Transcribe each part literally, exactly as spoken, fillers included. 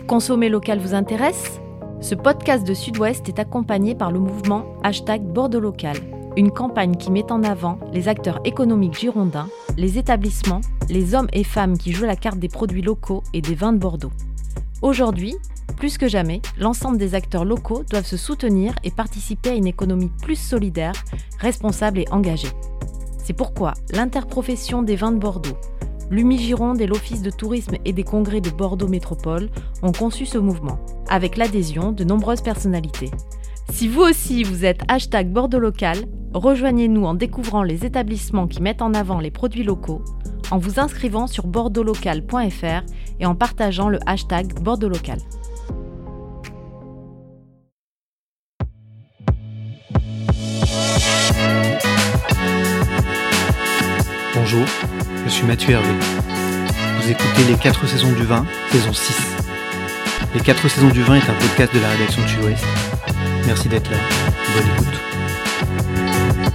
Consommer local vous intéresse ? Ce podcast de Sud-Ouest est accompagné par le mouvement hashtag Bordeaux Local, une campagne qui met en avant les acteurs économiques girondins, les établissements, les hommes et femmes qui jouent la carte des produits locaux et des vins de Bordeaux. Aujourd'hui, plus que jamais, l'ensemble des acteurs locaux doivent se soutenir et participer à une économie plus solidaire, responsable et engagée. C'est pourquoi l'interprofession des vins de Bordeaux, l'U M I Gironde et l'Office de tourisme et des congrès de Bordeaux Métropole ont conçu ce mouvement, avec l'adhésion de nombreuses personnalités. Si vous aussi vous êtes hashtag Bordeaux Local, rejoignez-nous en découvrant les établissements qui mettent en avant les produits locaux, en vous inscrivant sur bordeaux local point f r et en partageant le hashtag Bordeaux Local. Bonjour, je suis Mathieu Hervé. Vous écoutez Les quatre saisons du vin, saison six. Les quatre saisons du vin est un podcast de la rédaction de Sud-Ouest. Merci d'être là, bonne écoute.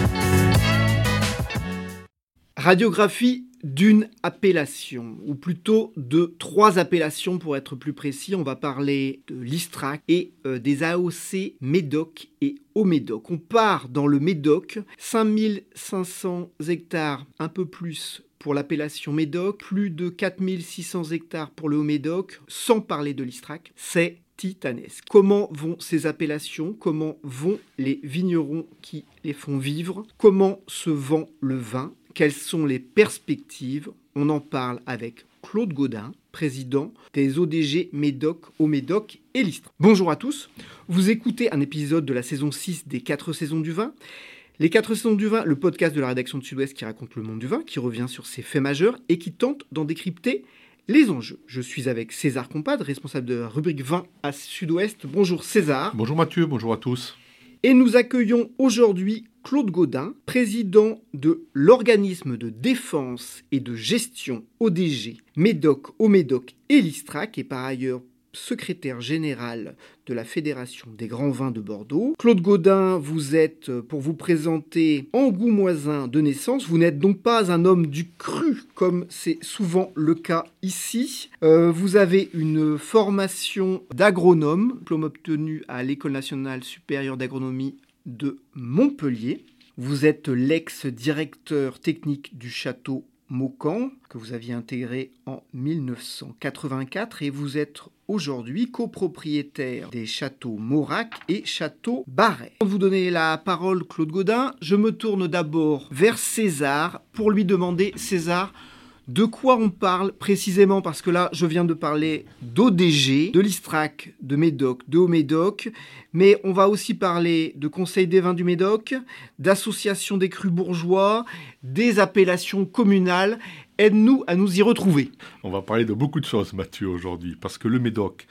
Radiographie d'une appellation, ou plutôt de trois appellations pour être plus précis. On va parler de l'Istrac et euh, des A O C Médoc et Haut-Médoc. On part dans le Médoc, cinq mille cinq cents hectares, un peu plus pour l'appellation Médoc, plus de quatre mille six cents hectares pour le Haut-Médoc, sans parler de l'Istrac. C'est titanesque. Comment vont ces appellations ? Comment vont les vignerons qui les font vivre ? Comment se vend le vin ? Quelles sont les perspectives ? On en parle avec Claude Gaudin, président des O D G Médoc, Haut-Médoc et l'Istrac. Bonjour à tous, vous écoutez un épisode de la saison six des quatre saisons du vin. Les quatre saisons du vin, le podcast de la rédaction de Sud-Ouest qui raconte le monde du vin, qui revient sur ses faits majeurs et qui tente d'en décrypter les enjeux. Je suis avec César Compadre, responsable de la rubrique vin à Sud-Ouest. Bonjour César. Bonjour Mathieu, bonjour à tous. Et nous accueillons aujourd'hui Claude Gaudin, président de l'organisme de défense et de gestion O D G Médoc, Haut-Médoc et l'Istrac, et par ailleurs secrétaire général de la Fédération des grands vins de Bordeaux. Claude Gaudin, vous êtes, pour vous présenter, angoumoisin de naissance. Vous n'êtes donc pas un homme du cru, comme c'est souvent le cas ici. Euh, vous avez une formation d'agronome, diplôme obtenu à l'École nationale supérieure d'agronomie de Montpellier. Vous êtes l'ex-directeur technique du château Maucan, que vous aviez intégré en mille neuf cent quatre-vingt-quatre, et vous êtes aujourd'hui copropriétaire des châteaux Maurac et château Barret. Avant de vous donner la parole, Claude Gaudin, je me tourne d'abord vers César pour lui demander, César, de quoi on parle précisément, parce que là, je viens de parler d'O D G, de l'Istrac, de Médoc, de Haut-Médoc, mais on va aussi parler de Conseil des vins du Médoc, d'association des crus bourgeois, des appellations communales. Aide-nous à nous y retrouver. On va parler de beaucoup de choses, Mathieu, aujourd'hui, parce que le Médoc,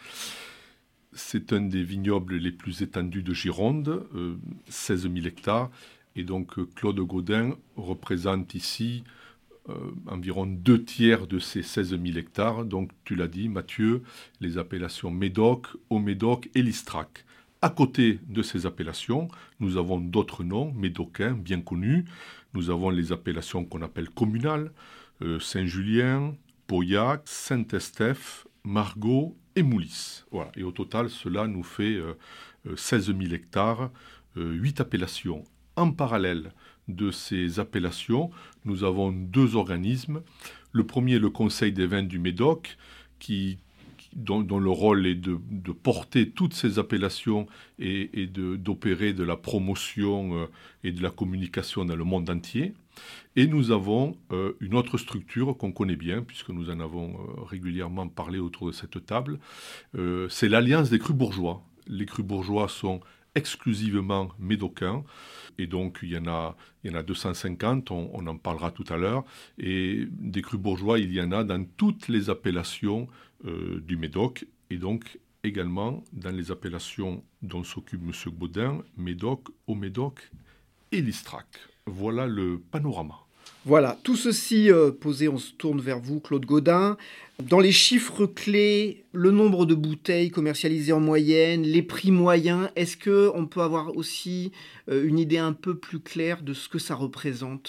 c'est un des vignobles les plus étendus de Gironde, euh, seize mille hectares, et donc Claude Gaudin représente ici Euh, environ deux tiers de ces seize mille hectares. Donc, tu l'as dit, Mathieu, les appellations Médoc, Haut-Médoc et l'Istrac. À côté de ces appellations, nous avons d'autres noms médocains bien connus. Nous avons les appellations qu'on appelle communales, euh, Saint-Julien, Pauillac, Saint-Estèphe, Margaux et Moulis. Voilà. Et au total, cela nous fait euh, seize mille hectares, euh, huit appellations. En parallèle de ces appellations, nous avons deux organismes. Le premier, le Conseil des vins du Médoc, qui, dont, dont le rôle est de, de porter toutes ces appellations et, et de, d'opérer de la promotion euh, et de la communication dans le monde entier. Et nous avons euh, une autre structure qu'on connaît bien, puisque nous en avons euh, régulièrement parlé autour de cette table. Euh, c'est l'Alliance des crus bourgeois. Les crus bourgeois sont exclusivement médocains, et donc il y en a, il y en a deux cent cinquante, on, on en parlera tout à l'heure, et des crus bourgeois, il y en a dans toutes les appellations euh, du Médoc, et donc également dans les appellations dont s'occupe M. Gaudin, Médoc, Haut-Médoc et l'Istrac. Voilà le panorama. Voilà, tout ceci euh, posé, on se tourne vers vous, Claude Gaudin. Dans les chiffres clés, le nombre de bouteilles commercialisées en moyenne, les prix moyens, est-ce qu'on peut avoir aussi euh, une idée un peu plus claire de ce que ça représente,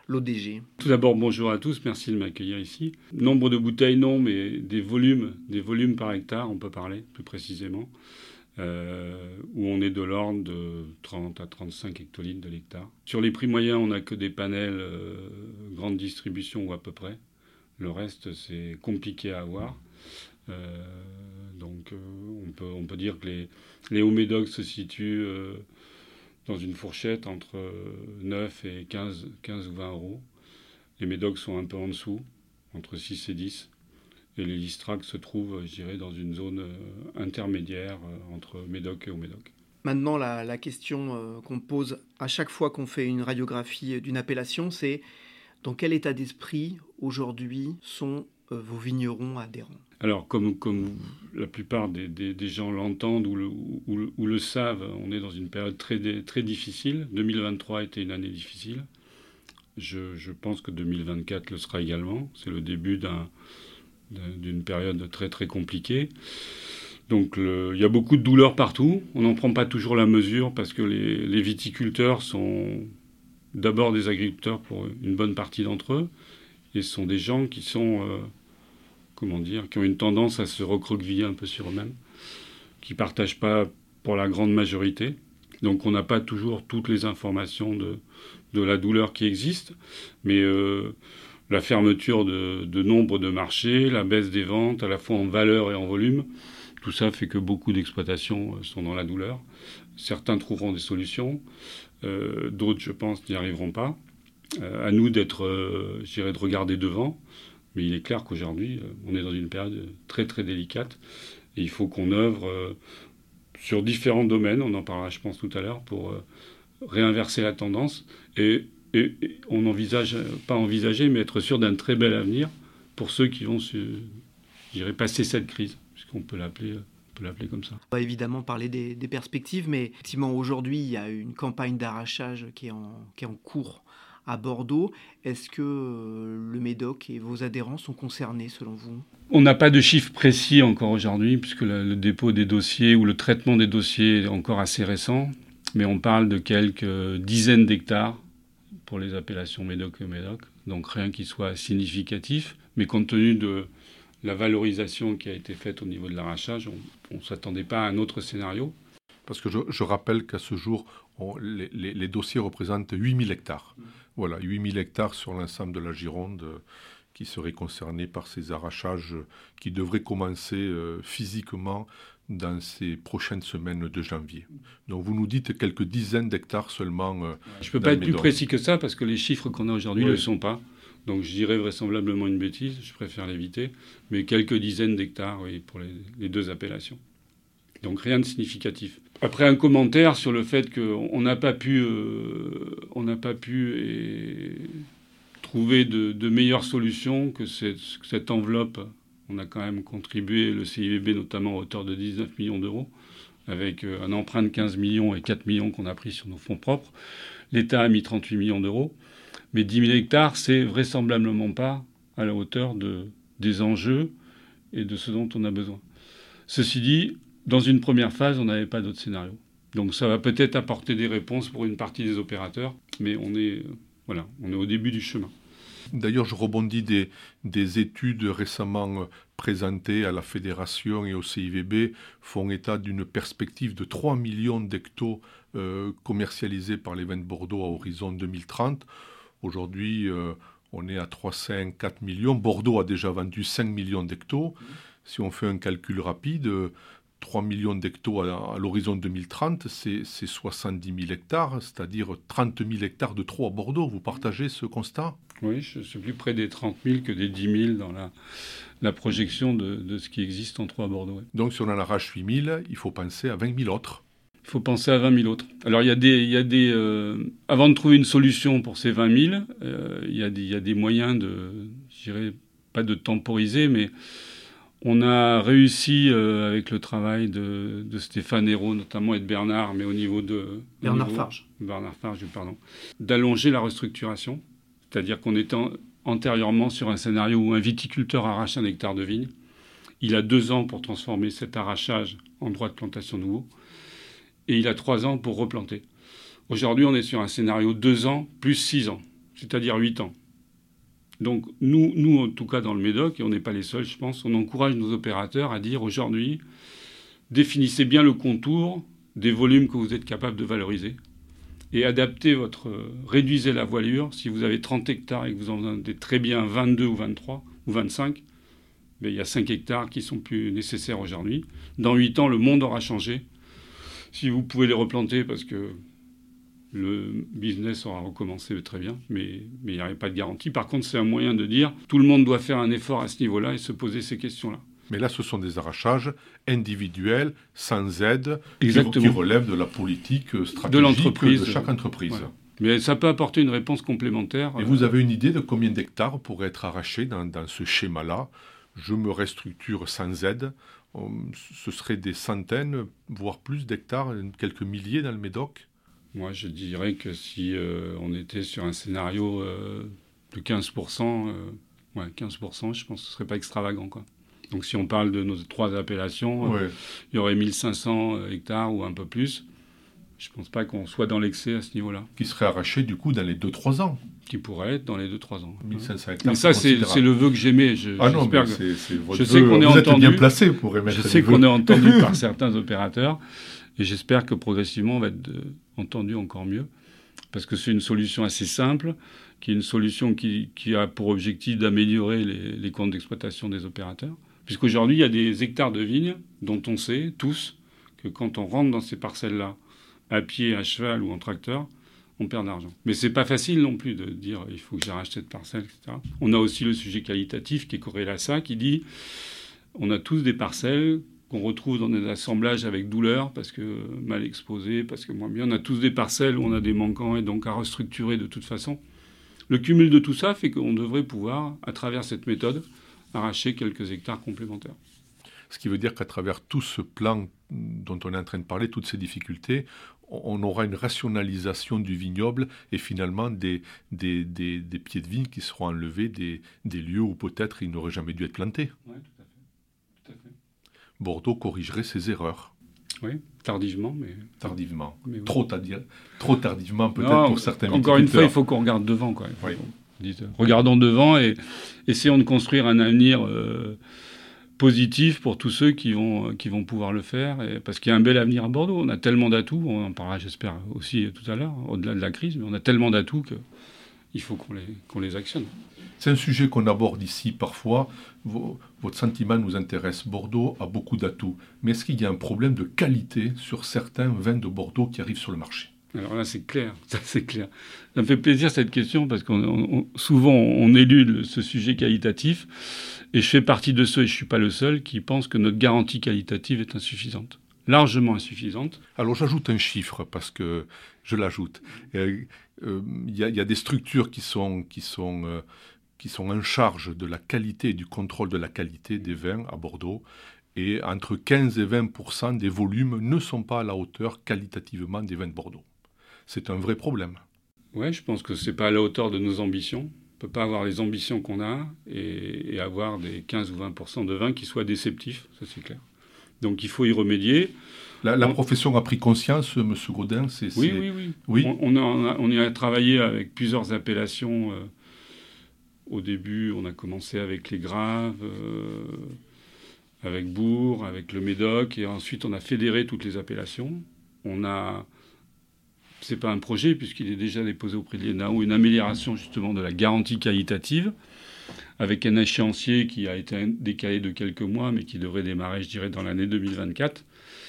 l'O D G? Tout d'abord, bonjour à tous, merci de m'accueillir ici. Nombre de bouteilles, non, mais des volumes, des volumes par hectare, on peut parler plus précisément, euh, où on est de l'ordre de trente à trente-cinq hectolitres de l'hectare. Sur les prix moyens, on n'a que des panels euh, grande distribution ou à peu près. Le reste, c'est compliqué à avoir. Euh, donc, euh, on, peut, on peut dire que les, les hauts médocs se situent euh, dans une fourchette entre neuf et quinze, quinze ou vingt euros. Les médocs sont un peu en dessous, entre six et dix. Et les Listrac se trouvent, je dirais, dans une zone euh, intermédiaire euh, entre médoc et haut médoc. Maintenant, la, la question euh, qu'on pose à chaque fois qu'on fait une radiographie d'une appellation, c'est dans quel état d'esprit aujourd'hui sont euh, vos vignerons adhérents? Alors, comme, comme la plupart des, des, des gens l'entendent ou le, ou, ou le savent, on est dans une période très, très difficile. deux mille vingt-trois a été une année difficile. Je, je pense que deux mille vingt-quatre le sera également. C'est le début d'un, d'une période très, très compliquée. Donc, le, il y a beaucoup de douleurs partout. On n'en prend pas toujours la mesure parce que les, les viticulteurs sont d'abord des agriculteurs pour une bonne partie d'entre eux. Et ce sont des gens qui sont... Euh, comment dire, qui ont une tendance à se recroqueviller un peu sur eux-mêmes, qui ne partagent pas pour la grande majorité. Donc on n'a pas toujours toutes les informations de, de la douleur qui existe, mais euh, la fermeture de, de nombre de marchés, la baisse des ventes, à la fois en valeur et en volume, tout ça fait que beaucoup d'exploitations sont dans la douleur. Certains trouveront des solutions, euh, d'autres, je pense, n'y arriveront pas. Euh, à nous d'être, euh, je dirais, de regarder devant. Mais il est clair qu'aujourd'hui, on est dans une période très très délicate et il faut qu'on œuvre euh, sur différents domaines, on en parlera je pense tout à l'heure, pour euh, réinverser la tendance et, et, et on envisage, pas envisager, mais être sûr d'un très bel avenir pour ceux qui vont se, je dirais, passer cette crise, puisqu'on peut l'appeler, on peut l'appeler comme ça. On va évidemment parler des, des perspectives, mais effectivement aujourd'hui il y a une campagne d'arrachage qui est en, qui est en cours à Bordeaux. Est-ce que euh, le Médoc et vos adhérents sont concernés selon vous? On n'a pas de chiffres précis encore aujourd'hui, puisque le, le dépôt des dossiers ou le traitement des dossiers est encore assez récent, mais on parle de quelques dizaines d'hectares pour les appellations Médoc et Médoc, donc rien qui soit significatif, mais compte tenu de la valorisation qui a été faite au niveau de l'arrachage, on ne s'attendait pas à un autre scénario. Parce que je, je rappelle qu'à ce jour, on, les, les, les dossiers représentent huit mille hectares. Mmh. Voilà, huit mille hectares sur l'ensemble de la Gironde euh, qui seraient concernés par ces arrachages euh, qui devraient commencer euh, physiquement dans ces prochaines semaines de janvier. Donc vous nous dites quelques dizaines d'hectares seulement. Euh, je ne peux pas être plus précis que ça parce que les chiffres qu'on a aujourd'hui oui. ne le sont pas. Donc je dirais vraisemblablement une bêtise, je préfère l'éviter. Mais quelques dizaines d'hectares, oui, pour les, les deux appellations. Donc rien de significatif. Après un commentaire sur le fait qu'on n'a pas pu, euh, on n'a pas pu et, trouver de, de meilleures solutions que cette, cette enveloppe. On a quand même contribué, le C I V B notamment à hauteur de dix-neuf millions d'euros, avec un emprunt de quinze millions et quatre millions qu'on a pris sur nos fonds propres. L'État a mis trente-huit millions d'euros. Mais dix mille hectares, c'est vraisemblablement pas à la hauteur de, des enjeux et de ce dont on a besoin. Ceci dit, dans une première phase, on n'avait pas d'autre scénario. Donc ça va peut-être apporter des réponses pour une partie des opérateurs, mais on est, euh, voilà, on est au début du chemin. D'ailleurs, je rebondis des, des études récemment présentées à la Fédération et au C I V B font état d'une perspective de trois millions d'hectos euh, commercialisés par les vins de Bordeaux à horizon deux mille trente. Aujourd'hui, euh, on est à trois cent quatre millions. Bordeaux a déjà vendu cinq millions d'hectos. Si on fait un calcul rapide, trois millions d'hectos à, à l'horizon deux mille trente, c'est, c'est soixante-dix mille hectares, c'est-à-dire trente mille hectares de trop à Bordeaux. Vous partagez ce constat ? Oui, je suis plus près des trente mille que des dix mille dans la, la projection de, de ce qui existe en trop à Bordeaux. Oui. Donc si on en arrache huit mille, il faut penser à vingt mille autres. Il faut penser à vingt mille autres. Alors, il y a des... Il y a des euh, avant de trouver une solution pour ces vingt mille, euh, il, y a des, il y a des moyens de... Je dirais pas de temporiser, mais on a réussi, euh, avec le travail de, de Stéphane Hérault, notamment, et de Bernard, mais au niveau de... Bernard niveau, Farge. Bernard Farge, pardon. D'allonger la restructuration. C'est-à-dire qu'on était en, antérieurement sur un scénario où un viticulteur arrache un hectare de vigne. Il a deux ans pour transformer cet arrachage en droit de plantation nouveau. Et il a trois ans pour replanter. Aujourd'hui, on est sur un scénario deux ans plus six ans. c'est-à-dire huit ans. Donc nous, nous, en tout cas dans le Médoc, et on n'est pas les seuls, je pense, on encourage nos opérateurs à dire aujourd'hui, définissez bien le contour des volumes que vous êtes capable de valoriser et adaptez votre... réduisez la voilure. Si vous avez trente hectares et que vous en avez très bien vingt-deux ou vingt-trois ou vingt-cinq, ben, il y a cinq hectares qui sont plus nécessaires aujourd'hui. Dans huit ans, le monde aura changé. Si vous pouvez les replanter parce que le business aura recommencé très bien, mais mais il n'y aurait pas de garantie. Par contre, c'est un moyen de dire tout le monde doit faire un effort à ce niveau-là et se poser ces questions-là. Mais là, ce sont des arrachages individuels, sans aide, Exactement. qui, qui relèvent de la politique stratégique de, l'entreprise, de chaque entreprise. Voilà. Mais ça peut apporter une réponse complémentaire. Et vous avez une idée de combien d'hectares pourraient être arrachés dans, dans ce schéma-là? Je me restructure sans aide. Ce serait des centaines, voire plus d'hectares, quelques milliers dans le Médoc? Moi, je dirais que si euh, on était sur un scénario euh, de quinze pour cent, euh, ouais, quinze pour cent, je pense que ce ne serait pas extravagant, quoi. Donc si on parle de nos trois appellations, ouais. euh, il y aurait mille cinq cents hectares ou un peu plus. Je ne pense pas qu'on soit dans l'excès à ce niveau-là. Qui serait arraché du coup dans les deux trois ans. Qui pourrait être dans les deux trois ans. mille cinq cents hectares. Mais ça, c'est, c'est le vœu que j'aimais. Je, ah non, mais que... c'est, c'est votre je sais vœu. qu'on est Vous entendu, êtes bien placé pour émettre Je sais des qu'on vœux. est entendu par certains opérateurs. Et j'espère que progressivement, on va être entendu encore mieux. Parce que c'est une solution assez simple, qui est une solution qui, qui a pour objectif d'améliorer les, les comptes d'exploitation des opérateurs. Puisqu'aujourd'hui, il y a des hectares de vignes dont on sait tous que quand on rentre dans ces parcelles-là, à pied, à cheval ou en tracteur, on perd de l'argent. Mais c'est pas facile non plus de dire il faut que j'arrache cette parcelle, et cetera. On a aussi le sujet qualitatif qui est corrélé à ça, qui dit on a tous des parcelles qu'on retrouve dans des assemblages avec douleur, parce que mal exposées, parce que moins bien. On a tous des parcelles où on a des manquants et donc à restructurer de toute façon. Le cumul de tout ça fait qu'on devrait pouvoir, à travers cette méthode, arracher quelques hectares complémentaires. Ce qui veut dire qu'à travers tout ce plan dont on est en train de parler, toutes ces difficultés, on aura une rationalisation du vignoble et finalement des, des, des, des pieds de vigne qui seront enlevés des, des lieux où peut-être ils n'auraient jamais dû être plantés. Oui, tout à fait. Tout à fait. Bordeaux corrigerait ses erreurs. Oui, tardivement, mais... Tardivement. Mais oui. Trop, tardi... Trop tardivement peut-être non, pour certains encore une fois, il faut qu'on regarde devant, quoi. Oui. Regardons devant et essayons de construire un avenir euh, positif pour tous ceux qui vont, qui vont pouvoir le faire. Et, parce qu'il y a un bel avenir à Bordeaux. On a tellement d'atouts, on en parlera j'espère aussi tout à l'heure, au-delà de la crise, mais on a tellement d'atouts qu'il faut qu'on les, qu'on les actionne. C'est un sujet qu'on aborde ici parfois. Vos, votre sentiment nous intéresse. Bordeaux a beaucoup d'atouts. Mais est-ce qu'il y a un problème de qualité sur certains vins de Bordeaux qui arrivent sur le marché ? Alors là, c'est clair, ça c'est clair. Ça me fait plaisir cette question parce qu'on on, souvent on élude ce sujet qualitatif et je fais partie de ceux, et je ne suis pas le seul, qui pensent que notre garantie qualitative est insuffisante, largement insuffisante. Alors j'ajoute un chiffre parce que je l'ajoute. Il euh, euh, y, y a des structures qui sont, qui, sont, euh, qui sont en charge de la qualité et du contrôle de la qualité des vins à Bordeaux. Et entre quinze et vingt pour cent des volumes ne sont pas à la hauteur qualitativement des vins de Bordeaux. C'est un vrai problème. Oui, je pense que ce n'est pas à la hauteur de nos ambitions. On ne peut pas avoir les ambitions qu'on a et, et avoir des quinze ou vingt pour cent de vins qui soient déceptifs, ça c'est clair. Donc il faut y remédier. La, la on... profession a pris conscience, M. Gaudin c'est, oui, c'est... oui, oui, oui. On, on, a, on, a, on y a travaillé avec plusieurs appellations. Euh, au début, on a commencé avec les Graves, euh, avec Bourg, avec le Médoc, et ensuite on a fédéré toutes les appellations. On a... C'est pas un projet, puisqu'il est déjà déposé auprès de l'E N A O, une amélioration justement de la garantie qualitative, avec un échéancier qui a été décalé de quelques mois, mais qui devrait démarrer, je dirais, dans l'année deux mille vingt-quatre,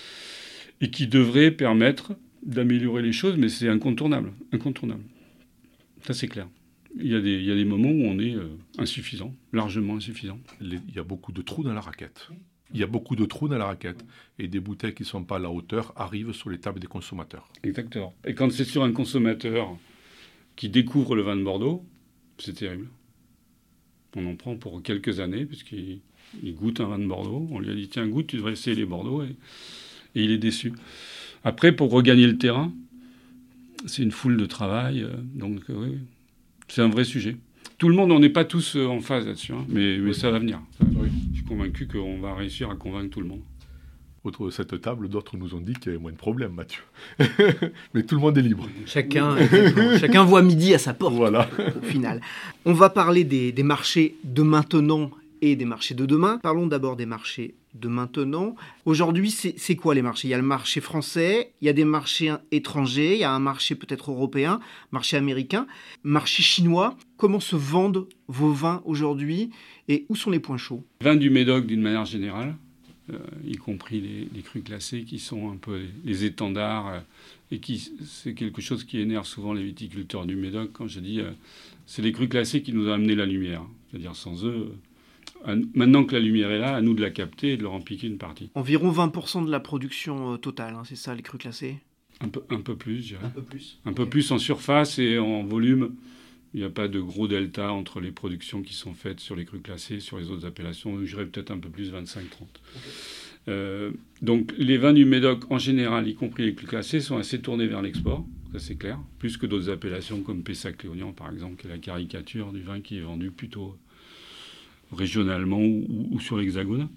et qui devrait permettre d'améliorer les choses, mais c'est incontournable. Incontournable. Ça, c'est clair. Il y a des, il y a des moments où on est euh, insuffisant, largement insuffisant. Les, il y a beaucoup de trous dans la raquette. Il y a beaucoup de trous dans la raquette. Et des bouteilles qui ne sont pas à la hauteur arrivent sur les tables des consommateurs. Exactement. Et quand c'est sur un consommateur qui découvre le vin de Bordeaux, c'est terrible. On en prend pour quelques années, puisqu'il il goûte un vin de Bordeaux. On lui a dit, tiens, goûte, tu devrais essayer les Bordeaux. Et, et il est déçu. Après, pour regagner le terrain, c'est une foule de travail. Euh, donc, euh, oui, c'est un vrai sujet. Tout le monde, on n'est pas tous en phase là-dessus, hein, mais, mais oui. ça va venir. Ça va. Oui. Je suis convaincu qu'on va réussir à convaincre tout le monde. autour de cette table, d'autres nous ont dit qu'il y avait moins de problèmes, Mathieu. Mais tout le monde est libre. Chacun, chacun voit midi à sa porte, voilà. Au final. On va parler des, des marchés de maintenant et des marchés de demain. Parlons d'abord des marchés de maintenant. Aujourd'hui, c'est, c'est quoi les marchés ? Il y a le marché français, il y a des marchés étrangers, il y a un marché peut-être européen, marché américain, marché chinois. Comment se vendent vos vins aujourd'hui et où sont les points chauds ? Vins du Médoc d'une manière générale, euh, y compris les, les crus classés qui sont un peu les, les étendards euh, et qui c'est quelque chose qui énerve souvent les viticulteurs du Médoc. Quand je dis euh, c'est les crus classés qui nous ont amené la lumière, c'est-à-dire sans eux. Euh, Maintenant que la lumière est là, à nous de la capter et de leur en piquer une partie. Environ vingt pour cent de la production euh, totale, hein, c'est ça, les crus classés ? Un peu, un peu plus, je dirais. Un peu plus. Un peu plus en surface et en volume. Il n'y a pas de gros delta entre les productions qui sont faites sur les crus classés, sur les autres appellations. Je dirais peut-être un peu plus, vingt-cinq trente. Okay. Euh, donc les vins du Médoc, en général, y compris les crus classés, sont assez tournés vers l'export. Ça, c'est clair. Plus que d'autres appellations comme Pessac-Léognan, par exemple, qui est la caricature du vin qui est vendu plutôt régionalement ou, ou sur l'Hexagone.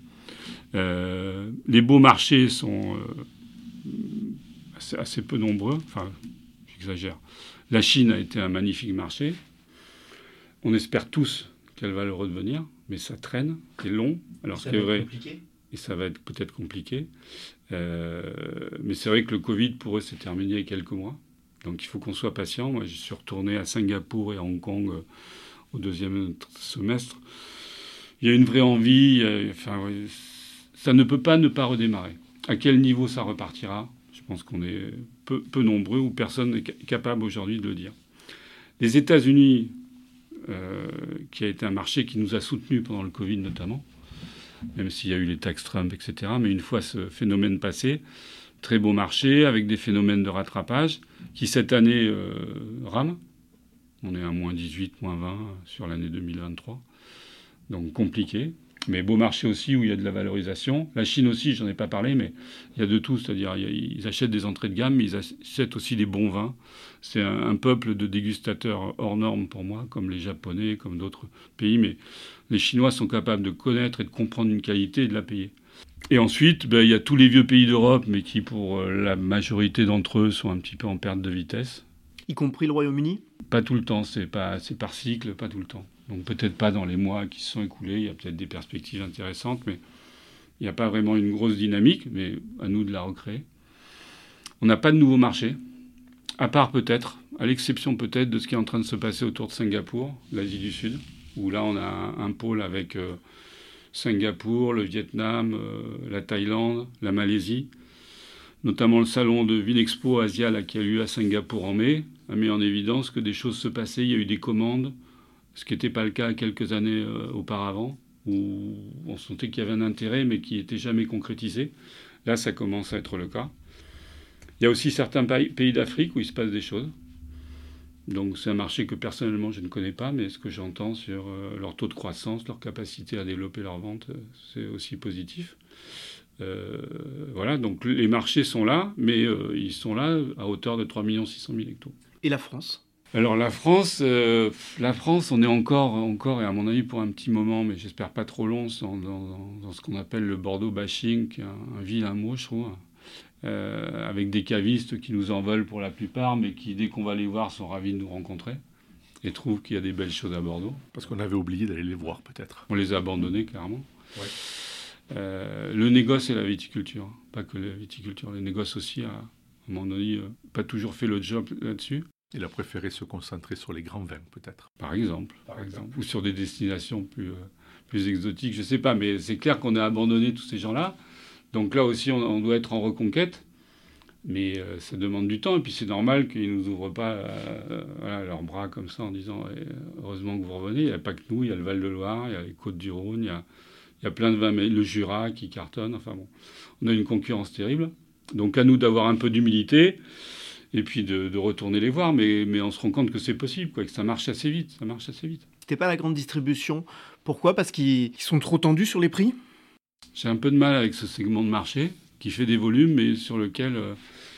Euh, les beaux marchés sont euh, assez, assez peu nombreux. Enfin, j'exagère. La Chine a été un magnifique marché. On espère tous qu'elle va le redevenir, mais ça traîne, c'est long. Alors ça c'est va vrai, être compliqué. Et ça va être peut-être compliqué. Euh, mais c'est vrai que le Covid, pour eux, s'est terminé il y a quelques mois. Donc il faut qu'on soit patient. Moi, je suis retourné à Singapour et à Hong Kong euh, au deuxième semestre. Il y a une vraie envie. Euh, enfin, ça ne peut pas ne pas redémarrer. À quel niveau ça repartira ? Je pense qu'on est peu, peu nombreux ou personne n'est capable aujourd'hui de le dire. Les États-Unis, euh, qui a été un marché qui nous a soutenus pendant le Covid notamment, même s'il y a eu les taxes Trump, et cetera. Mais une fois ce phénomène passé, très beau marché avec des phénomènes de rattrapage qui cette année euh, rament. On est à moins dix-huit, moins vingt sur l'année deux mille vingt-trois. Donc compliqué. Mais beau marché aussi où il y a de la valorisation. La Chine aussi, j'en ai pas parlé, mais il y a de tout. C'est-à-dire ils achètent des entrées de gamme, mais ils achètent aussi des bons vins. C'est un, un peuple de dégustateurs hors normes pour moi, comme les Japonais, comme d'autres pays. Mais les Chinois sont capables de connaître et de comprendre une qualité et de la payer. Et ensuite, ben, il y a tous les vieux pays d'Europe, mais qui pour la majorité d'entre eux sont un petit peu en perte de vitesse. Y compris le Royaume-Uni ? Pas tout le temps, c'est, pas, c'est par cycle, pas tout le temps. Donc peut-être pas dans les mois qui se sont écoulés, il y a peut-être des perspectives intéressantes, mais il n'y a pas vraiment une grosse dynamique, mais à nous de la recréer. On n'a pas de nouveau marché, à part peut-être, à l'exception peut-être de ce qui est en train de se passer autour de Singapour, l'Asie du Sud, où là on a un, un pôle avec euh, Singapour, le Vietnam, euh, la Thaïlande, la Malaisie, notamment le salon de Vinexpo Asia là, qui a eu lieu à Singapour en mai, a mis en évidence que des choses se passaient, il y a eu des commandes, ce qui n'était pas le cas quelques années euh, auparavant, où on sentait qu'il y avait un intérêt, mais qui n'était jamais concrétisé. Là, ça commence à être le cas. Il y a aussi certains pays d'Afrique où il se passe des choses. Donc c'est un marché que personnellement je ne connais pas, mais ce que j'entends sur euh, leur taux de croissance, leur capacité à développer leur vente, euh, c'est aussi positif. Euh, voilà, donc les marchés sont là, mais euh, ils sont là à hauteur de trois millions six cent mille hectos. Et la France ? Alors la France, euh, la France, on est encore, encore, et à mon avis pour un petit moment, mais j'espère pas trop long, dans, dans, dans ce qu'on appelle le Bordeaux bashing, qui est un, un vilain mot, je trouve, euh, avec des cavistes qui nous en veulent pour la plupart, mais qui, dès qu'on va les voir, sont ravis de nous rencontrer et trouvent qu'il y a des belles choses à Bordeaux. Parce qu'on avait oublié d'aller les voir, peut-être. On les a abandonnés, clairement. Ouais. Euh, le négoce et la viticulture, pas que la viticulture, le négoce aussi, à, à mon avis, euh, pas toujours fait le job là-dessus. Il a préféré se concentrer sur les grands vins, peut-être. Par exemple, par exemple. Ou sur des destinations plus, euh, plus exotiques, je ne sais pas. Mais c'est clair qu'on a abandonné tous ces gens-là. Donc là aussi, on, on doit être en reconquête. Mais euh, ça demande du temps. Et puis c'est normal qu'ils ne nous ouvrent pas euh, voilà, leurs bras comme ça en disant eh, « Heureusement que vous revenez ». Il n'y a pas que nous, il y a le Val-de-Loire, il y a les Côtes-du-Rhône, il y a, il y a plein de vins, mais le Jura qui cartonne. Enfin bon, on a une concurrence terrible. Donc à nous d'avoir un peu d'humilité. Et puis de, de retourner les voir, mais, mais on se rend compte que c'est possible, quoi, que ça marche assez vite, ça marche assez vite. C'était pas la grande distribution. Pourquoi ? Parce qu'ils sont trop tendus sur les prix ? J'ai un peu de mal avec ce segment de marché qui fait des volumes, mais sur lequel euh,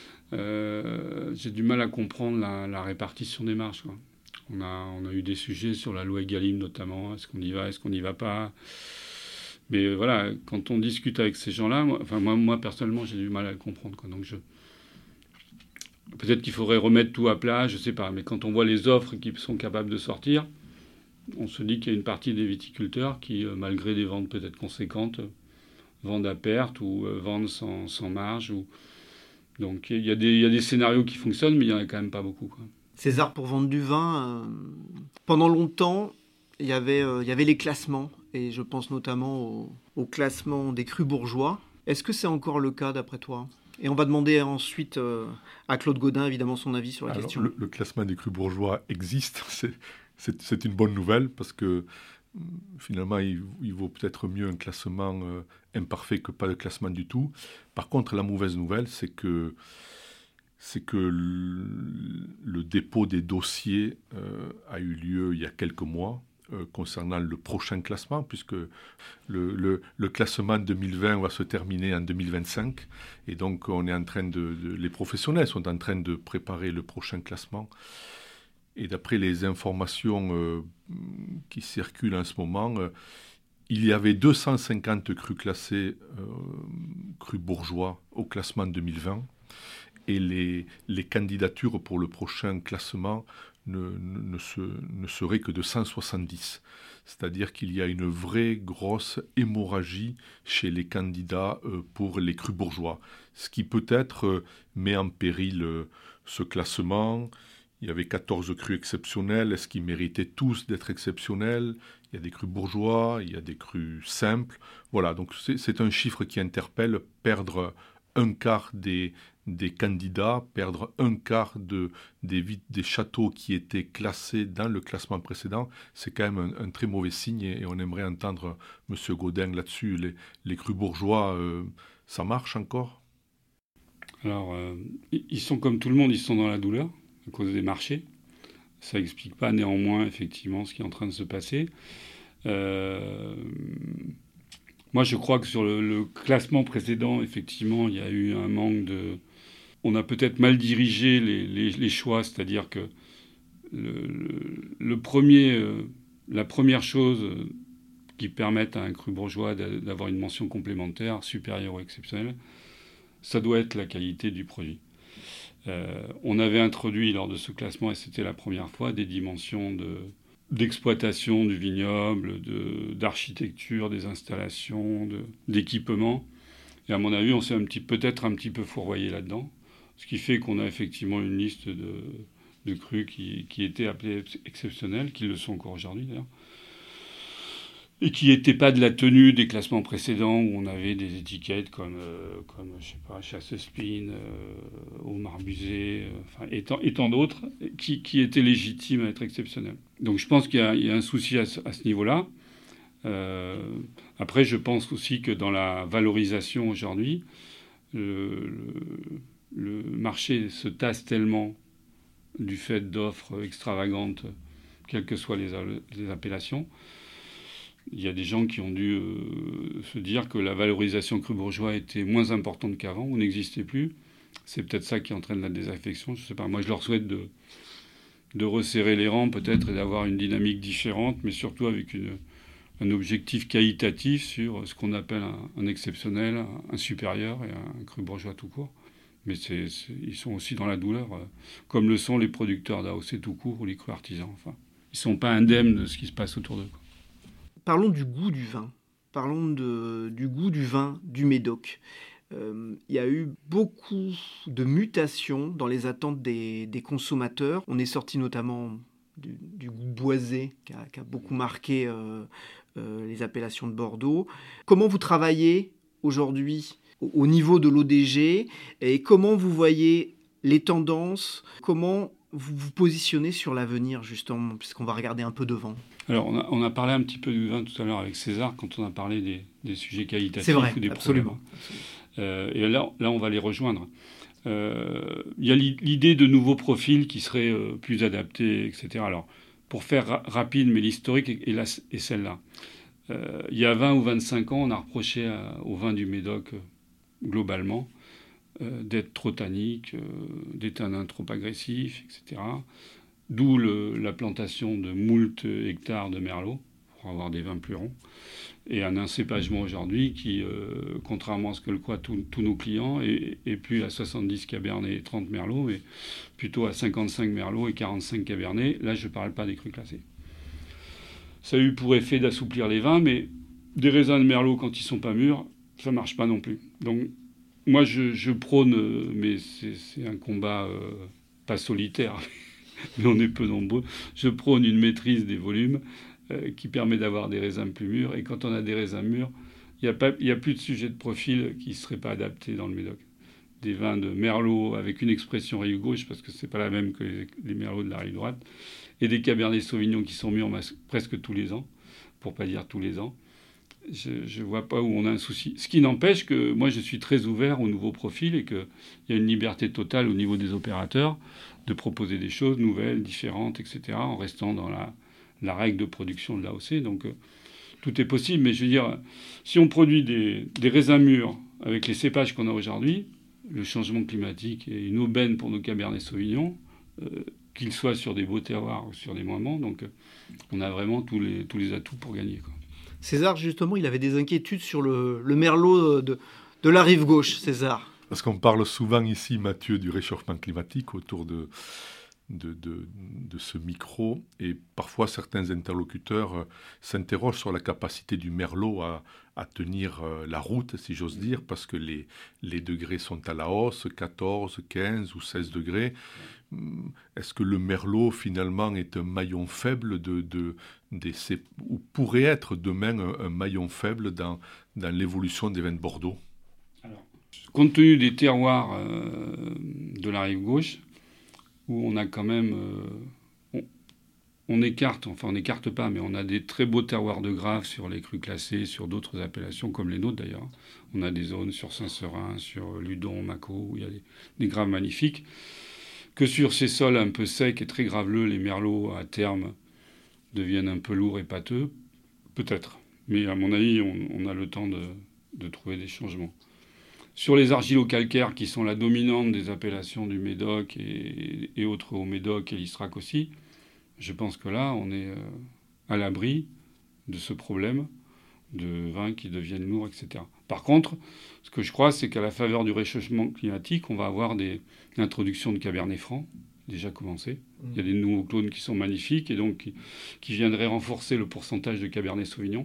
euh, j'ai du mal à comprendre la, la répartition des marges, quoi. On a, on a eu des sujets sur la loi Egalim notamment. Est-ce qu'on y va ? Est-ce qu'on n'y va pas ? Mais euh, voilà, quand on discute avec ces gens-là, moi, enfin, moi, moi personnellement, j'ai du mal à le comprendre, quoi. Donc je... Peut-être qu'il faudrait remettre tout à plat, je ne sais pas. Mais quand on voit les offres qui sont capables de sortir, on se dit qu'il y a une partie des viticulteurs qui, euh, malgré des ventes peut-être conséquentes, euh, vendent à perte ou euh, vendent sans, sans marge. Ou... Donc il y, a des, il y a des scénarios qui fonctionnent, mais il n'y en a quand même pas beaucoup, quoi. César, pour vendre du vin, euh, pendant longtemps, il y avait, euh, il y avait les classements. Et je pense notamment au, au classement des crus bourgeois. Est-ce que c'est encore le cas d'après toi ? Et on va demander ensuite euh, à Claude Gaudin, évidemment, son avis sur la Alors, question. Le, le classement des crus bourgeois existe. C'est, c'est, c'est une bonne nouvelle parce que finalement, il, il vaut peut-être mieux un classement euh, imparfait que pas de classement du tout. Par contre, la mauvaise nouvelle, c'est que, c'est que le, le dépôt des dossiers euh, a eu lieu il y a quelques mois. Euh, concernant le prochain classement, puisque le, le, le classement deux mille vingt va se terminer en deux mille vingt-cinq, et donc on est en train de, de, les professionnels sont en train de préparer le prochain classement. Et d'après les informations euh, qui circulent en ce moment, euh, il y avait deux cent cinquante crus classés, euh, crus bourgeois, au classement deux mille vingt, et les, les candidatures pour le prochain classement Ne, ne, se, ne serait que de cent soixante-dix. C'est-à-dire qu'il y a une vraie grosse hémorragie chez les candidats euh, pour les crus bourgeois. Ce qui peut-être euh, met en péril euh, ce classement. Il y avait quatorze crus exceptionnels. Est-ce qu'ils méritaient tous d'être exceptionnels ? Il y a des crus bourgeois, il y a des crus simples. Voilà, donc c'est, c'est un chiffre qui interpelle. Perdre un quart des, des candidats, perdre un quart de, des, des châteaux qui étaient classés dans le classement précédent, c'est quand même un, un très mauvais signe, et, et on aimerait entendre M. Gaudin là-dessus. Les, les crus bourgeois, euh, ça marche encore ? Alors, euh, ils sont comme tout le monde, ils sont dans la douleur à cause des marchés. Ça n'explique pas néanmoins effectivement ce qui est en train de se passer. Euh... Moi, je crois que sur le, le classement précédent, effectivement, il y a eu un manque de... On a peut-être mal dirigé les, les, les choix, c'est-à-dire que le, le, le premier, euh, la première chose qui permette à un cru bourgeois d'avoir une mention complémentaire, supérieure ou exceptionnelle, ça doit être la qualité du produit. Euh, on avait introduit lors de ce classement, et c'était la première fois, des dimensions de... d'exploitation du vignoble, de, d'architecture, des installations, de, d'équipement. Et à mon avis, on s'est un petit, peut-être un petit peu fourvoyé là-dedans, ce qui fait qu'on a effectivement une liste de, de crus qui, qui étaient appelés exceptionnels, qui le sont encore aujourd'hui d'ailleurs, et qui n'étaient pas de la tenue des classements précédents où on avait des étiquettes comme, euh, comme je sais pas, Chasse-Spin, euh, Aumar Buzet, euh, enfin, et, tant, et tant d'autres, qui, qui étaient légitimes à être exceptionnels. Donc je pense qu'il y a, il y a un souci à ce, à ce niveau-là. Euh, après, je pense aussi que dans la valorisation aujourd'hui, le, le, le marché se tasse tellement du fait d'offres extravagantes, quelles que soient les, les appellations. Il y a des gens qui ont dû euh, se dire que la valorisation cru bourgeois était moins importante qu'avant, ou n'existait plus. C'est peut-être ça qui entraîne la désaffection, je ne sais pas. Moi, je leur souhaite de, de resserrer les rangs peut-être et d'avoir une dynamique différente, mais surtout avec une, un objectif qualitatif sur ce qu'on appelle un, un exceptionnel, un, un supérieur et un, un cru bourgeois tout court. Mais c'est, c'est, ils sont aussi dans la douleur, euh, comme le sont les producteurs d'A O C tout court ou les crus artisans. Enfin, ils ne sont pas indemnes de ce qui se passe autour d'eux, quoi. Parlons du goût du vin. Parlons de, du goût du vin du Médoc. Euh, il y a eu beaucoup de mutations dans les attentes des, des consommateurs. On est sorti notamment du, du goût boisé qui a, qui a beaucoup marqué euh, euh, les appellations de Bordeaux. Comment vous travaillez aujourd'hui au, au niveau de l'O D G et comment vous voyez les tendances ? Comment vous vous positionnez sur l'avenir, justement, puisqu'on va regarder un peu devant ? Alors, on a, on a parlé un petit peu du vin tout à l'heure avec César, quand on a parlé des, des sujets qualitatifs. C'est vrai, ou des absolument. problèmes. Euh, et là, là, on va les rejoindre. Euh, il y a l'idée de nouveaux profils qui seraient euh, plus adaptés, et cetera. Alors, pour faire ra- rapide, mais l'historique est, est, là, est celle-là. Euh, il y a vingt ou vingt-cinq ans, on a reproché à, au vin du Médoc, euh, globalement, euh, d'être trop tannique, euh, d'être un trop agressif, et cetera. D'où le, la plantation de moult hectares de merlot pour avoir des vins plus ronds. Et un encépagement aujourd'hui qui, euh, contrairement à ce que le croient tous, tous nos clients, est, est plus à soixante-dix Cabernet et trente Merlot, mais plutôt à cinquante-cinq Merlot et quarante-cinq Cabernet. Là, je ne parle pas des crus classés. Ça a eu pour effet d'assouplir les vins, mais des raisins de Merlot, quand ils ne sont pas mûrs, ça ne marche pas non plus. Donc, moi, je, je prône, mais c'est, c'est un combat euh, pas solitaire, mais on est peu nombreux, je prône une maîtrise des volumes euh, qui permet d'avoir des raisins plus mûrs. Et quand on a des raisins mûrs, il n'y a, a plus de sujet de profil qui ne serait pas adapté dans le Médoc. Des vins de Merlot avec une expression rive gauche, parce que ce n'est pas la même que les, les Merlots de la rive droite, et des Cabernet Sauvignon qui sont mûrs mas- presque tous les ans, pour ne pas dire tous les ans. Je ne vois pas où on a un souci. Ce qui n'empêche que moi, je suis très ouvert aux nouveaux profils et qu'il y a une liberté totale au niveau des opérateurs de proposer des choses nouvelles, différentes, et cetera, en restant dans la, la règle de production de l'A O C. Donc, euh, tout est possible. Mais je veux dire, si on produit des, des raisins mûrs avec les cépages qu'on a aujourd'hui, le changement climatique est une aubaine pour nos Cabernet Sauvignon, euh, qu'ils soient sur des beaux terroirs ou sur des moins bons. Donc, euh, on a vraiment tous les, tous les atouts pour gagner, quoi. César, justement, il avait des inquiétudes sur le, le Merlot de, de la rive gauche, César. Parce qu'on parle souvent ici, Mathieu, du réchauffement climatique autour de, de, de, de ce micro. Et parfois, certains interlocuteurs euh, s'interrogent sur la capacité du Merlot à, à tenir euh, la route, si j'ose dire, parce que les, les degrés sont à la hausse, quatorze, quinze ou seize degrés. Est-ce que le Merlot, finalement, est un maillon faible de, de, des, ou pourrait être demain un, un maillon faible dans, dans l'évolution des vins de Bordeaux ? Alors, compte tenu des terroirs euh, de la rive gauche, où on a quand même... Euh, on, on écarte, enfin on n'écarte pas, mais on a des très beaux terroirs de graves sur les crus classés, sur d'autres appellations, comme les nôtres d'ailleurs. On a des zones sur Saint-Seurin, sur Ludon, Mâcon, où il y a des, des graves magnifiques. Que sur ces sols un peu secs et très graveleux, les merlots, à terme, deviennent un peu lourds et pâteux, peut-être. Mais à mon avis, on, on a le temps de, de trouver des changements. Sur les argilo-calcaires, qui sont la dominante des appellations du Médoc et, et autres au Médoc et l'Istrac aussi, je pense que là, on est euh, à l'abri de ce problème de vins qui deviennent lourds, et cetera. Par contre, ce que je crois, c'est qu'à la faveur du réchauffement climatique, on va avoir des introductions de Cabernet Franc, déjà commencées. Mmh. Il y a des nouveaux clones qui sont magnifiques et donc qui, qui viendraient renforcer le pourcentage de Cabernet Sauvignon.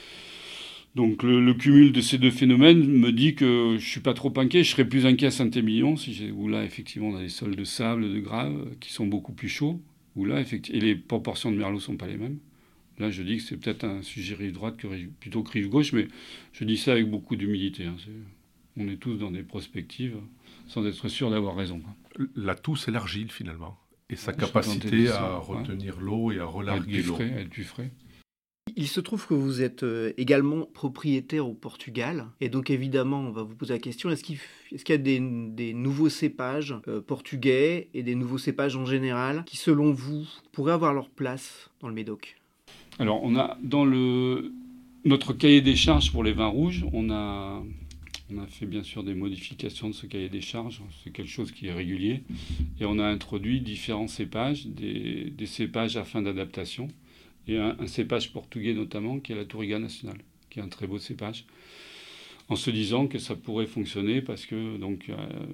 Donc le, le cumul de ces deux phénomènes me dit que je ne suis pas trop inquiet. Je serais plus inquiet à Saint-Émilion, si j'ai, où là, effectivement, on a des sols de sable, de grave, qui sont beaucoup plus chauds, où là, effectivement, et les proportions de Merlot ne sont pas les mêmes. Là, je dis que c'est peut-être un sujet rive droite que, plutôt que rive gauche, mais je dis ça avec beaucoup d'humilité. Hein. C'est, on est tous dans des prospectives sans être sûr d'avoir raison, quoi. L'atout, c'est l'argile, finalement, et sa ouais, capacité à retenir ouais. l'eau et à relarguer l'eau. Frais, à être plus frais. Il se trouve que vous êtes également propriétaire au Portugal. Et donc, évidemment, on va vous poser la question, est-ce qu'il, est-ce qu'il y a des, des nouveaux cépages euh, portugais et des nouveaux cépages en général qui, selon vous, pourraient avoir leur place dans le Médoc ? Alors, on a dans le, notre cahier des charges pour les vins rouges, on a, on a fait bien sûr des modifications de ce cahier des charges. C'est quelque chose qui est régulier. Et on a introduit différents cépages, des, des cépages à fin d'adaptation. Et un, un cépage portugais notamment, qui est la Touriga nationale, qui est un très beau cépage, en se disant que ça pourrait fonctionner parce que, donc, euh,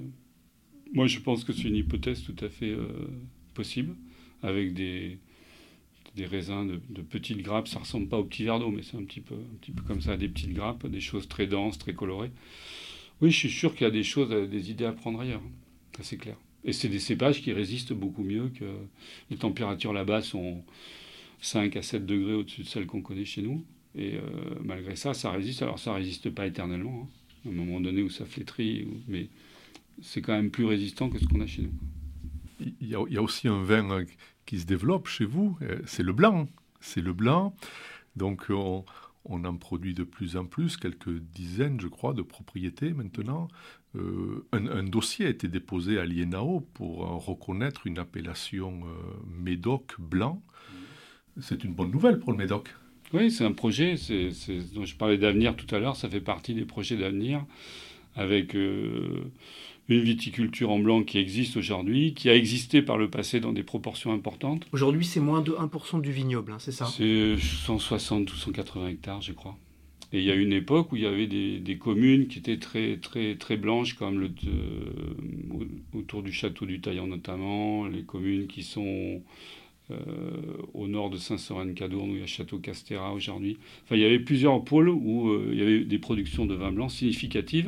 moi je pense que c'est une hypothèse tout à fait euh, possible, avec des, des raisins de, de petites grappes. Ça ne ressemble pas au petit verre d'eau, mais c'est un petit peu, un petit peu comme ça, des petites grappes, des choses très denses, très colorées. Oui, je suis sûr qu'il y a des choses, des idées à prendre ailleurs, ça c'est clair. Et c'est des cépages qui résistent beaucoup mieux, que les températures là-bas sont cinq à sept degrés au-dessus de celles qu'on connaît chez nous. Et euh, malgré ça, ça résiste. Alors, ça ne résiste pas éternellement, hein, à un moment donné où ça flétrit, mais c'est quand même plus résistant que ce qu'on a chez nous. Il y a, il y a aussi un vin qui se développe chez vous, c'est le blanc. C'est le blanc. Donc, on, on en produit de plus en plus, quelques dizaines, je crois, de propriétés maintenant. Euh, un, un dossier a été déposé à l'I N A O pour euh, reconnaître une appellation euh, Médoc blanc. C'est une bonne nouvelle pour le Médoc. Oui, c'est un projet c'est, c'est, dont je parlais d'avenir tout à l'heure. Ça fait partie des projets d'avenir avec euh, une viticulture en blanc qui existe aujourd'hui, qui a existé par le passé dans des proportions importantes. Aujourd'hui, c'est moins de un pour cent du vignoble, hein, c'est ça ? C'est cent soixante ou cent quatre-vingts hectares, je crois. Et il y a une époque où il y avait des, des communes qui étaient très, très, très blanches, comme le, euh, autour du château du Taillan notamment, les communes qui sont euh, au nord de Saint-Seurin-de-Cadourne, où il y a Château Castéra aujourd'hui. Enfin, il y avait plusieurs pôles où euh, il y avait des productions de vin blanc significatives.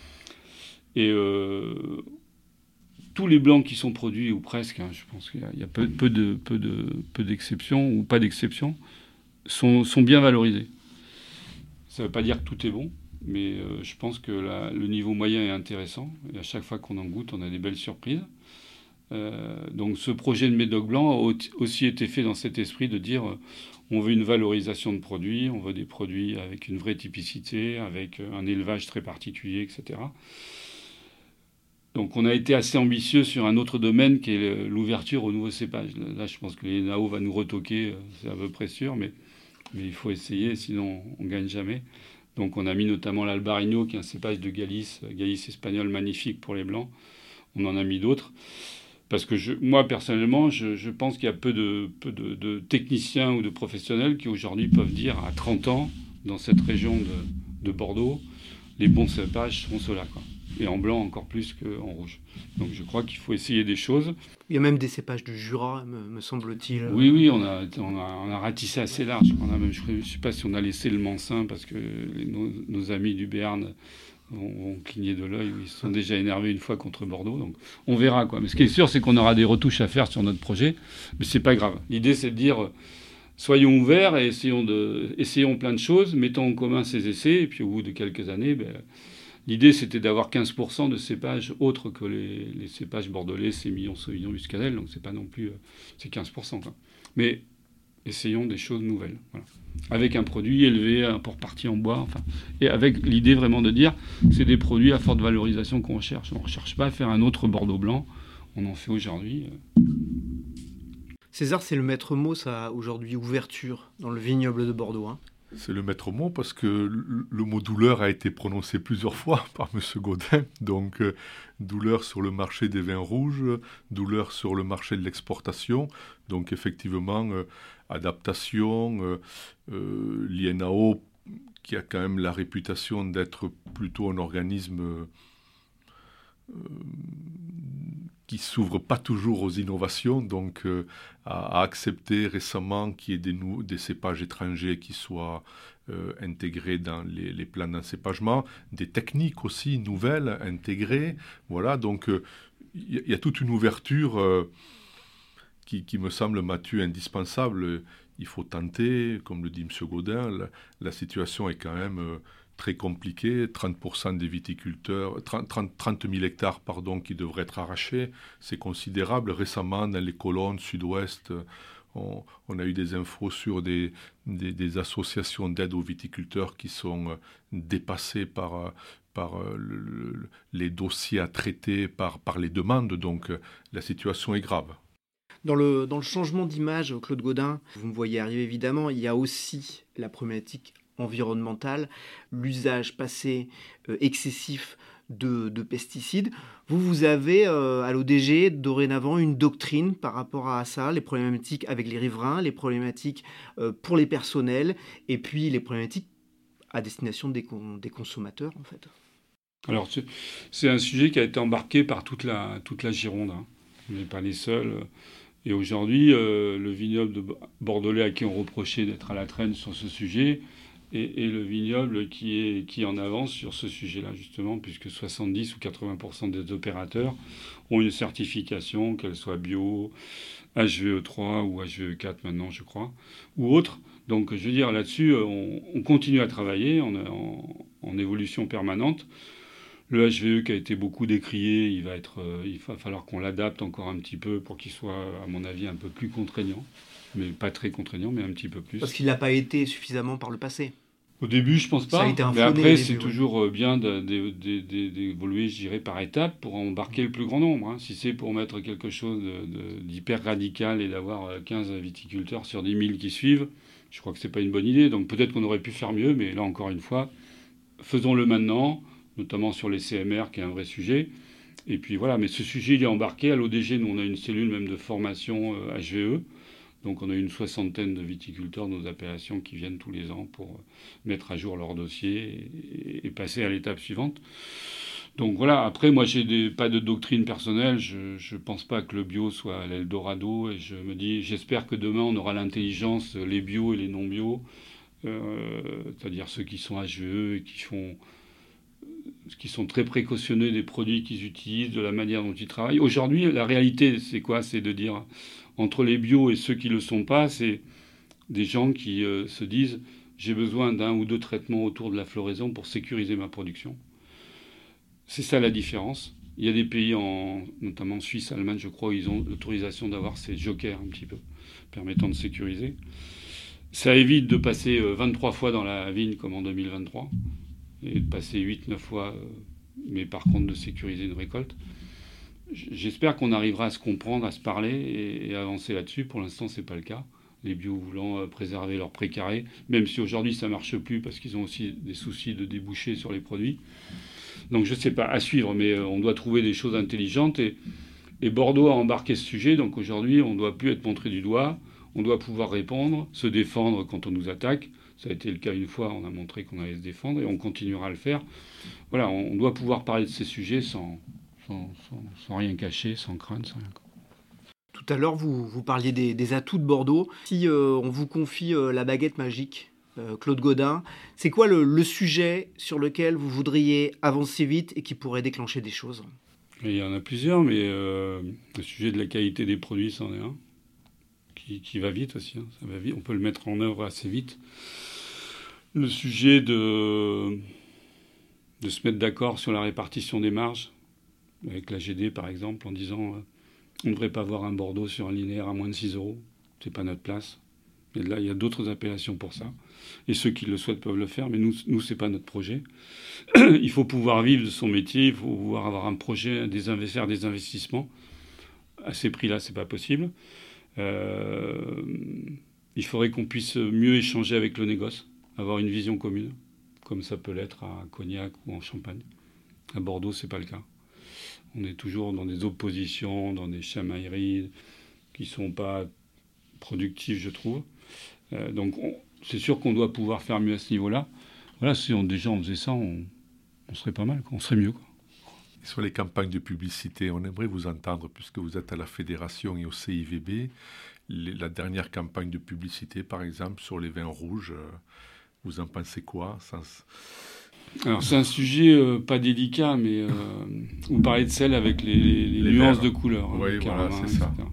Et euh, tous les blancs qui sont produits, ou presque, hein, je pense qu'il y a, il y a peu, peu, de, peu, de, peu d'exceptions, ou pas d'exceptions, sont, sont bien valorisés. Ça ne veut pas dire que tout est bon, mais euh, je pense que la, le niveau moyen est intéressant. Et à chaque fois qu'on en goûte, on a des belles surprises. Euh, donc ce projet de médoc blanc a aussi été fait dans cet esprit de dire euh, on veut une valorisation de produits, on veut des produits avec une vraie typicité, avec un élevage très particulier, et cetera. Donc on a été assez ambitieux sur un autre domaine qui est l'ouverture aux nouveaux cépages. Là, je pense que l'E N A O va nous retoquer, c'est à peu près sûr, mais... mais il faut essayer, sinon on ne gagne jamais. Donc on a mis notamment l'Albarino, qui est un cépage de Galice, Galice espagnol magnifique pour les Blancs. On en a mis d'autres. Parce que je, moi, personnellement, je, je pense qu'il y a peu, de, peu de, de techniciens ou de professionnels qui aujourd'hui peuvent dire à trente ans, dans cette région de, de Bordeaux, les bons cépages seront ceux-là, quoi. Et en blanc encore plus qu'en rouge. Donc je crois qu'il faut essayer des choses. Il y a même des cépages du Jura, me, me semble-t-il. Oui, oui, on a, on a, on a ratissé assez large. On a même, je ne sais pas si on a laissé le Mansin, parce que les, nos, nos amis du Béarn vont, vont cligner de l'œil. Ils se sont déjà énervés une fois contre Bordeaux. Donc on verra, quoi. Mais ce qui est sûr, c'est qu'on aura des retouches à faire sur notre projet. Mais ce n'est pas grave. L'idée, c'est de dire... soyons ouverts et essayons, de, essayons plein de choses, mettons en commun ces essais, et puis au bout de quelques années... Ben, l'idée, c'était d'avoir quinze pour cent de cépages autres que les, les cépages bordelais, Sémillon, Sauvignon, Muscadelle. Donc, c'est pas non plus... Euh, c'est quinze pour cent, quoi. Mais essayons des choses nouvelles. Voilà. Avec un produit élevé pour partie en bois. Enfin, et avec l'idée vraiment de dire, c'est des produits à forte valorisation qu'on recherche. On ne recherche pas à faire un autre Bordeaux blanc. On en fait aujourd'hui. César, c'est le maître mot, ça, aujourd'hui, ouverture dans le vignoble de Bordeaux, hein. C'est le maître mot parce que le mot douleur a été prononcé plusieurs fois par M. Gaudin. Donc, euh, douleur sur le marché des vins rouges, douleur sur le marché de l'exportation. Donc, effectivement, euh, adaptation, euh, euh, l'I N A O, qui a quand même la réputation d'être plutôt un organisme euh, qui s'ouvre pas toujours aux innovations, donc euh, a, a accepté récemment qu'il y ait des, nou- des cépages étrangers qui soient euh, intégrés dans les, les plans d'encépagement, des techniques aussi nouvelles intégrées. Voilà, donc il euh, y, y a toute une ouverture euh, qui, qui me semble, Mathieu, indispensable. Il faut tenter, comme le dit M. Gaudin, la, la situation est quand même... Euh, très compliqué, trente pour cent des viticulteurs, trente mille hectares pardon, qui devraient être arrachés, c'est considérable. Récemment, dans les colonnes sud-ouest, on, on a eu des infos sur des, des, des associations d'aide aux viticulteurs qui sont dépassées par, par le, le, les dossiers à traiter, par, par les demandes, donc la situation est grave. Dans le, dans le changement d'image, Claude Gaudin, vous me voyez arriver évidemment, il y a aussi la problématique environnementale, l'usage passé euh, excessif de, de pesticides. Vous, vous avez euh, à l'O D G dorénavant une doctrine par rapport à ça, les problématiques avec les riverains, les problématiques euh, pour les personnels, et puis les problématiques à destination des, con- des consommateurs, en fait. Alors, c'est, c'est un sujet qui a été embarqué par toute la, toute la Gironde. Hein. On n'est pas les seuls. Et aujourd'hui, euh, le vignoble de bordelais à qui on reprochait d'être à la traîne sur ce sujet, Et, et le vignoble qui est, qui est en avance sur ce sujet-là, justement, puisque soixante-dix ou quatre-vingts pour cent des opérateurs ont une certification, qu'elle soit bio, H V E trois ou H V E quatre maintenant, je crois, ou autre. Donc, je veux dire, là-dessus, on, on continue à travailler on est en, en évolution permanente. Le H V E qui a été beaucoup décrié, il va, être, il va falloir qu'on l'adapte encore un petit peu pour qu'il soit, à mon avis, un peu plus contraignant. Mais pas très contraignant, mais un petit peu plus. Parce qu'il n'a pas été suffisamment par le passé. Au début, je pense pas. Ça a été un mais après, début, c'est ouais. toujours bien de, de, de, de, d'évoluer, je dirais, par étapes pour embarquer le plus grand nombre. Hein. Si c'est pour mettre quelque chose de, de, d'hyper radical et d'avoir quinze viticulteurs sur dix mille qui suivent, je crois que c'est pas une bonne idée. Donc peut-être qu'on aurait pu faire mieux, mais là, encore une fois, faisons-le maintenant. notamment sur les C M R, qui est un vrai sujet. Et puis voilà, mais ce sujet, il est embarqué. À l'O D G, nous, on a une cellule même de formation euh, H V E. Donc on a une soixantaine de viticulteurs de nos appellations qui viennent tous les ans pour mettre à jour leur dossier et, et passer à l'étape suivante. Donc voilà, après, moi, j'ai des, pas de doctrine personnelle. Je ne pense pas que le bio soit l'Eldorado. Et je me dis, j'espère que demain, on aura l'intelligence, les bio et les non-bio, euh, c'est-à-dire ceux qui sont H V E et qui font... qui sont très précautionneux des produits qu'ils utilisent, de la manière dont ils travaillent. Aujourd'hui, la réalité, c'est quoi ? C'est de dire, entre les bio et ceux qui ne le sont pas, c'est des gens qui euh, se disent « j'ai besoin d'un ou deux traitements autour de la floraison pour sécuriser ma production ». C'est ça la différence. Il y a des pays, en, notamment Suisse, Allemagne, je crois, où ils ont l'autorisation d'avoir ces jokers un petit peu, permettant de sécuriser. Ça évite de passer euh, vingt-trois fois dans la vigne comme en deux mille vingt-trois. Et de passer huit neuf fois, euh, mais par contre de sécuriser une récolte. J'espère qu'on arrivera à se comprendre, à se parler et, et à avancer là-dessus. Pour l'instant, ce n'est pas le cas. Les bio voulant euh, préserver leur précaré, même si aujourd'hui ça ne marche plus parce qu'ils ont aussi des soucis de débouchés sur les produits. Donc je ne sais pas, à suivre, mais euh, on doit trouver des choses intelligentes. Et, et Bordeaux a embarqué ce sujet, donc aujourd'hui on ne doit plus être montré du doigt. On doit pouvoir répondre, se défendre quand on nous attaque. Ça a été le cas une fois, on a montré qu'on allait se défendre et on continuera à le faire. Voilà, on doit pouvoir parler de ces sujets sans, sans, sans, sans rien cacher, sans crainte, sans rien. Tout à l'heure, vous, vous parliez des, des atouts de Bordeaux. Si euh, on vous confie euh, la baguette magique, euh, Claude Gaudin, c'est quoi le, le sujet sur lequel vous voudriez avancer vite et qui pourrait déclencher des choses ? Il y en a plusieurs, mais euh, le sujet de la qualité des produits, c'en est un. Qui, qui va vite aussi, hein, ça va vite. On peut le mettre en œuvre assez vite. Le sujet de, de se mettre d'accord sur la répartition des marges, avec la G D par exemple, en disant euh, on ne devrait pas avoir un Bordeaux sur un linéaire à moins de six euros, c'est pas notre place. Et là, il y a d'autres appellations pour ça. Et ceux qui le souhaitent peuvent le faire, mais nous, nous c'est pas notre projet. Il faut pouvoir vivre de son métier, il faut pouvoir avoir un projet, des inv- faire des investissements. À ces prix-là, c'est pas possible. Euh, il faudrait qu'on puisse mieux échanger avec le négoce, avoir une vision commune, comme ça peut l'être à Cognac ou en Champagne. À Bordeaux, c'est pas le cas. On est toujours dans des oppositions, dans des chamailleries qui sont pas productives, je trouve. Euh, donc, on, c'est sûr qu'on doit pouvoir faire mieux à ce niveau-là. Voilà, si on, déjà on faisait ça, on, on serait pas mal, quoi. On serait mieux, quoi. Sur les campagnes de publicité, on aimerait vous entendre, puisque vous êtes à la Fédération et au C I V B, les, la dernière campagne de publicité, par exemple, sur les vins rouges, euh, vous en pensez quoi ? Ça... Alors, c'est un sujet euh, pas délicat, mais euh, vous parlez de sel avec les, les, les, les nuances verts. De couleurs. Oui, hein, voilà, c'est ça. et cetera.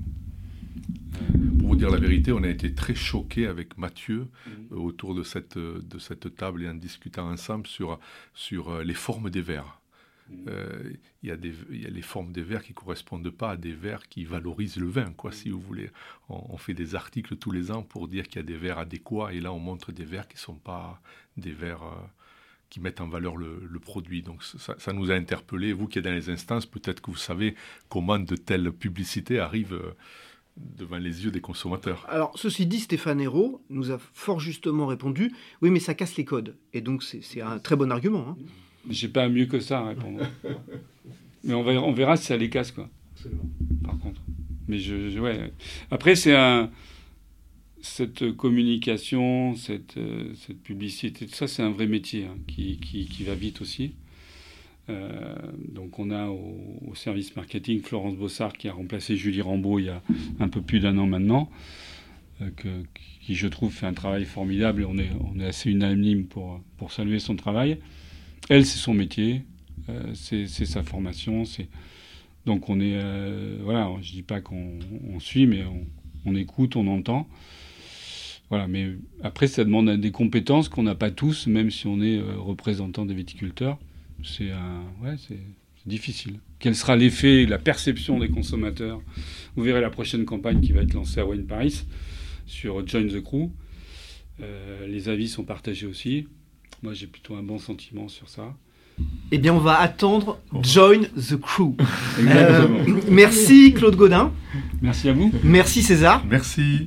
Pour vous dire la vérité, on a été très choqués avec Mathieu mmh. euh, autour de cette, de cette table et en discutant ensemble sur, sur euh, les formes des verres. Il euh, y, y a les formes des verres qui ne correspondent pas à des verres qui valorisent le vin, quoi, si vous voulez. On, on fait des articles tous les ans pour dire qu'il y a des verres adéquats, et là on montre des verres qui ne sont pas des verres euh, qui mettent en valeur le, le produit. Donc ça, ça nous a interpellés. Vous qui êtes dans les instances, peut-être que vous savez comment de telles publicités arrivent euh, devant les yeux des consommateurs. Alors, ceci dit, Stéphane Hérault nous a fort justement répondu « Oui, mais ça casse les codes ». Et donc c'est, c'est un très bon argument, hein. J'ai pas mieux que ça à répondre. Mais on verra, on verra si ça les casse, quoi. Absolument. Par contre. Mais je, je ouais. Après, c'est un, cette communication, cette, euh, cette publicité, tout ça, c'est un vrai métier hein, qui, qui, qui va vite aussi. Euh, donc, on a au, au service marketing Florence Bossard qui a remplacé Julie Rambaud il y a un peu plus d'un an maintenant, euh, que, qui, je trouve, fait un travail formidable et on est, on est assez unanime pour, pour saluer son travail. Elle, c'est son métier, euh, c'est, c'est sa formation. C'est... Donc, on est... Euh, voilà, je ne dis pas qu'on on suit, mais on, on écoute, on entend. Voilà, mais après, ça demande des compétences qu'on n'a pas tous, même si on est euh, représentant des viticulteurs. C'est, un, ouais, c'est, c'est difficile. Quel sera l'effet, la perception des consommateurs ? Vous verrez la prochaine campagne qui va être lancée à Wine Paris sur Join the Crew. Euh, les avis sont partagés aussi. Moi, j'ai plutôt un bon sentiment sur ça. Eh bien, on va attendre Join the Crew. Exactement. Euh, merci Claude Gaudin. Merci à vous. Merci César. Merci.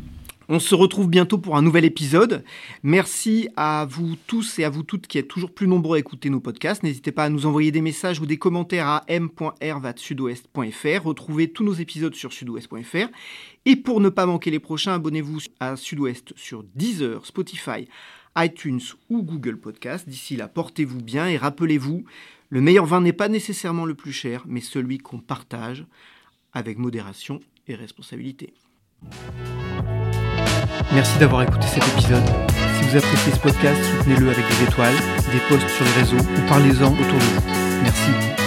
On se retrouve bientôt pour un nouvel épisode. Merci à vous tous et à vous toutes qui êtes toujours plus nombreux à écouter nos podcasts. N'hésitez pas à nous envoyer des messages ou des commentaires à m point r arobase sudouest point f r. Retrouvez tous nos épisodes sur sudouest point f r. Et pour ne pas manquer les prochains, abonnez-vous à Sud-Ouest sur Deezer, Spotify, iTunes ou Google Podcast. D'ici là, portez-vous bien et rappelez-vous, le meilleur vin n'est pas nécessairement le plus cher, mais celui qu'on partage avec modération et responsabilité. Merci d'avoir écouté cet épisode. Si vous appréciez ce podcast, soutenez-le avec des étoiles, des posts sur les réseaux ou parlez-en autour de vous. Merci.